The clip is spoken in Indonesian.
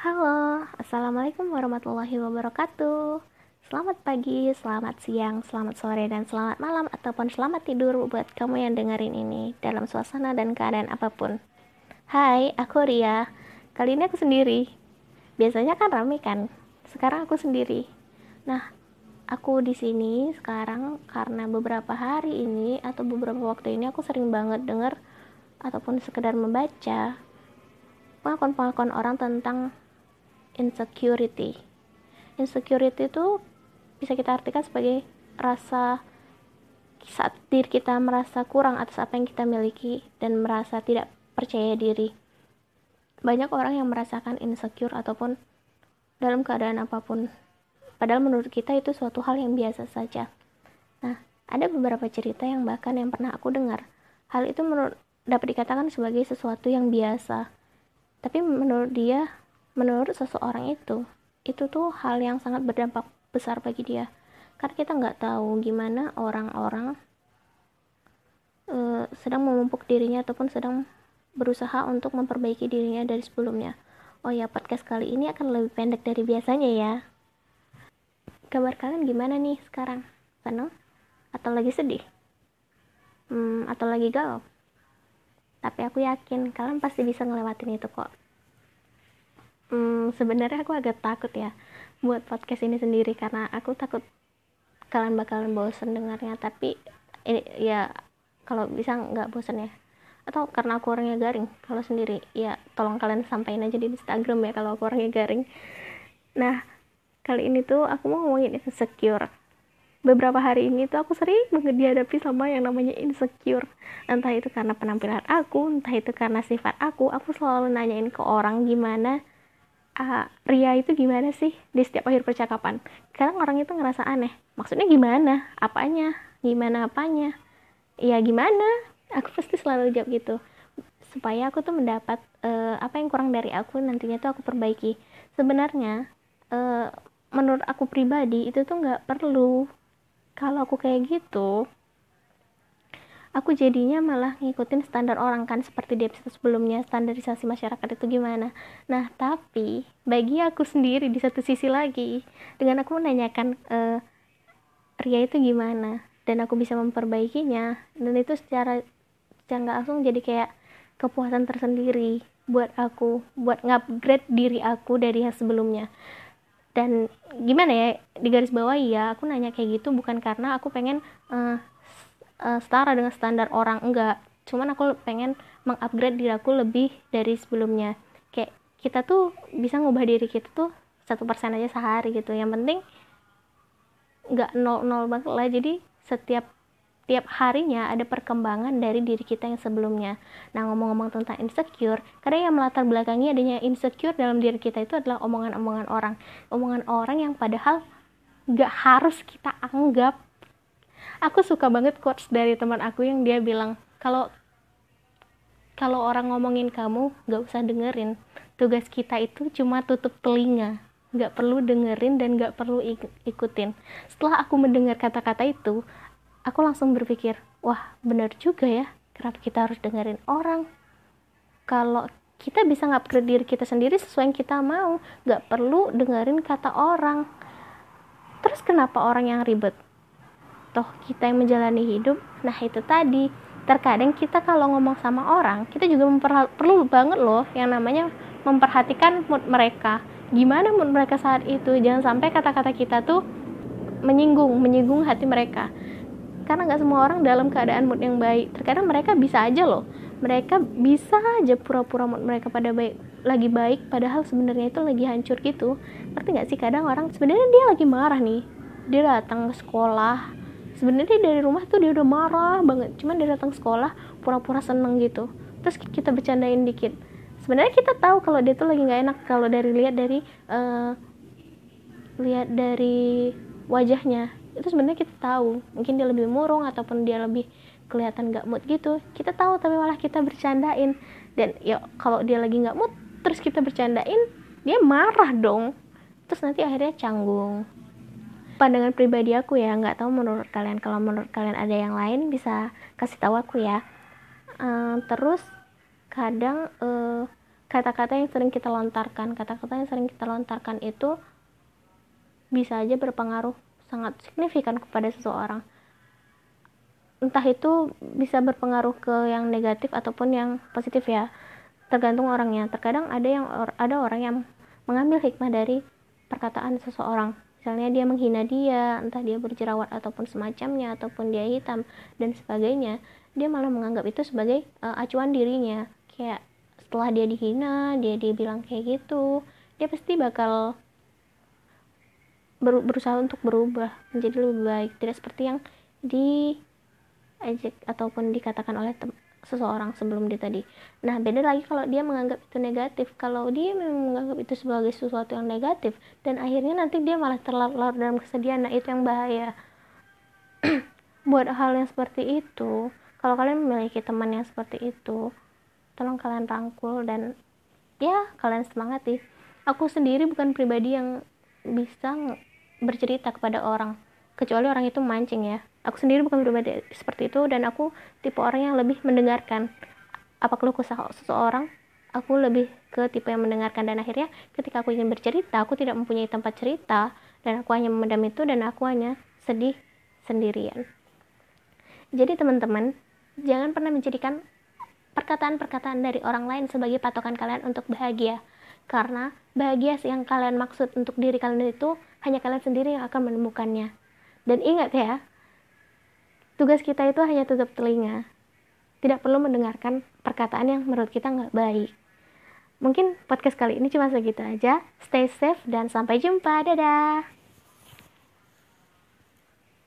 Halo, Assalamualaikum warahmatullahi wabarakatuh. Selamat pagi, selamat siang, selamat sore, dan selamat malam ataupun selamat tidur buat kamu yang dengerin ini dalam suasana dan keadaan apapun. Hai, aku Ria. Kali ini aku sendiri. Biasanya kan rame kan? Sekarang aku sendiri. Nah, aku di sini sekarang karena beberapa hari ini atau beberapa waktu ini aku sering banget denger ataupun sekedar membaca pengakuan-pengakuan orang tentang insecurity. Insecurity itu bisa kita artikan sebagai rasa saat diri kita merasa kurang atas apa yang kita miliki dan merasa tidak percaya diri. Banyak orang yang merasakan insecure ataupun dalam keadaan apapun. Padahal menurut kita itu suatu hal yang biasa saja. Nah, ada beberapa cerita yang bahkan yang pernah aku dengar. Hal itu dapat dikatakan sebagai sesuatu yang biasa. Tapi menurut seseorang itu tuh hal yang sangat berdampak besar bagi dia. Karena kita nggak tahu gimana orang-orang sedang memupuk dirinya ataupun sedang berusaha untuk memperbaiki dirinya dari sebelumnya. Oh ya, podcast kali ini akan lebih pendek dari biasanya ya. Kabar kalian gimana nih sekarang? Senang? Atau lagi sedih? Atau lagi galau? Tapi aku yakin kalian pasti bisa ngelewatin itu kok. Sebenarnya aku agak takut ya buat podcast ini sendiri karena aku takut kalian bakalan bosen dengarnya. Tapi ya kalau bisa nggak bosen ya, atau karena aku orangnya garing. Kalau sendiri ya tolong kalian sampaikan aja di Instagram ya kalau aku orangnya garing. Nah, kali ini tuh aku mau ngomongin insecure. Beberapa hari ini tuh aku sering banget dihadapi sama yang namanya insecure. Entah itu karena penampilan aku, entah itu karena sifat aku selalu nanyain ke orang gimana Ria itu gimana sih di setiap akhir percakapan. Kadang orang itu ngerasa aneh, maksudnya gimana, apanya, gimana apanya, ya gimana, aku pasti selalu jawab gitu supaya aku tuh mendapat apa yang kurang dari aku nantinya tuh aku perbaiki. Sebenarnya menurut aku pribadi itu tuh nggak perlu. Kalau aku kayak gitu, aku jadinya malah ngikutin standar orang kan, seperti di episode sebelumnya, standarisasi masyarakat itu gimana. Nah, tapi bagi aku sendiri di satu sisi lagi, dengan aku menanyakan Ria itu gimana dan aku bisa memperbaikinya, dan itu secara nggak langsung jadi kayak kepuasan tersendiri buat aku, buat ngupgrade diri aku dari yang sebelumnya. Dan gimana ya, di garis bawah ya aku nanya kayak gitu bukan karena aku pengen setara dengan standar orang, enggak, cuman aku pengen mengupgrade diri aku lebih dari sebelumnya. Kayak kita tuh bisa ngubah diri kita tuh 1% aja sehari gitu, yang penting nggak nol banget lah. Jadi tiap harinya ada perkembangan dari diri kita yang sebelumnya. Nah, ngomong-ngomong tentang insecure, karena yang melatar belakangi adanya insecure dalam diri kita itu adalah omongan orang yang padahal nggak harus kita anggap. Aku suka banget quotes dari teman aku yang dia bilang, kalau orang ngomongin kamu nggak usah dengerin, tugas kita itu cuma tutup telinga, nggak perlu dengerin dan nggak perlu ikutin. Setelah aku mendengar kata-kata itu, aku langsung berpikir, wah benar juga ya, kenapa kita harus dengerin orang? Kalau kita bisa ngupgrade diri kita sendiri sesuai yang kita mau, nggak perlu dengerin kata orang. Terus kenapa orang yang ribet? Toh kita yang menjalani hidup. Nah itu tadi, terkadang kita kalau ngomong sama orang, kita juga perlu banget loh yang namanya memperhatikan mood mereka. Gimana mood mereka saat itu, jangan sampai kata-kata kita tuh menyinggung hati mereka. Karena gak semua orang dalam keadaan mood yang baik. Terkadang mereka bisa aja pura-pura mood mereka lagi baik, padahal sebenarnya itu lagi hancur gitu. Ngerti gak sih, kadang orang sebenarnya dia lagi marah nih, dia datang ke sekolah, sebenarnya dari rumah tuh dia udah marah banget, cuman dia datang sekolah pura-pura seneng gitu, terus kita bercandain dikit. Sebenarnya kita tahu kalau dia tuh lagi nggak enak, kalau lihat dari wajahnya itu sebenarnya kita tahu, mungkin dia lebih murung ataupun dia lebih kelihatan nggak mood gitu, kita tahu, tapi malah kita bercandain. Dan ya kalau dia lagi nggak mood terus kita bercandain, dia marah dong, terus nanti akhirnya canggung. Pandangan pribadi aku ya, nggak tahu menurut kalian. Kalau menurut kalian ada yang lain bisa kasih tahu aku ya. Terus kadang kata-kata yang sering kita lontarkan itu bisa aja berpengaruh sangat signifikan kepada seseorang. Entah itu bisa berpengaruh ke yang negatif ataupun yang positif ya, tergantung orangnya. Terkadang ada orang yang mengambil hikmah dari perkataan seseorang. Misalnya dia menghina dia, entah dia berjerawat ataupun semacamnya, ataupun dia hitam dan sebagainya, dia malah menganggap itu sebagai acuan dirinya. Kayak setelah dia dihina, dia bilang kayak gitu, dia pasti bakal berusaha untuk berubah menjadi lebih baik, tidak seperti yang diejek ataupun dikatakan oleh seseorang sebelum dia tadi. Nah, beda lagi kalau dia menganggap itu negatif. Kalau dia memang menganggap itu sebagai sesuatu yang negatif dan akhirnya nanti dia malah terlarut dalam kesedihan, nah itu yang bahaya. Buat hal yang seperti itu, kalau kalian memiliki teman yang seperti itu, tolong kalian rangkul dan ya kalian semangati. Aku sendiri bukan pribadi yang bisa bercerita kepada orang, kecuali orang itu mancing ya. Aku sendiri bukan pribadi seperti itu, dan aku tipe orang yang lebih mendengarkan apa keluh kesah seseorang. Aku lebih ke tipe yang mendengarkan, dan akhirnya ketika aku ingin bercerita, aku tidak mempunyai tempat cerita dan aku hanya memendam itu dan aku hanya sedih sendirian. Jadi teman-teman, jangan pernah menjadikan perkataan-perkataan dari orang lain sebagai patokan kalian untuk bahagia, karena bahagia yang kalian maksud untuk diri kalian itu hanya kalian sendiri yang akan menemukannya. Dan ingat ya, tugas kita itu hanya tutup telinga, tidak perlu mendengarkan perkataan yang menurut kita nggak baik. Mungkin podcast kali ini cuma segitu aja. Stay safe dan sampai jumpa. Dadah.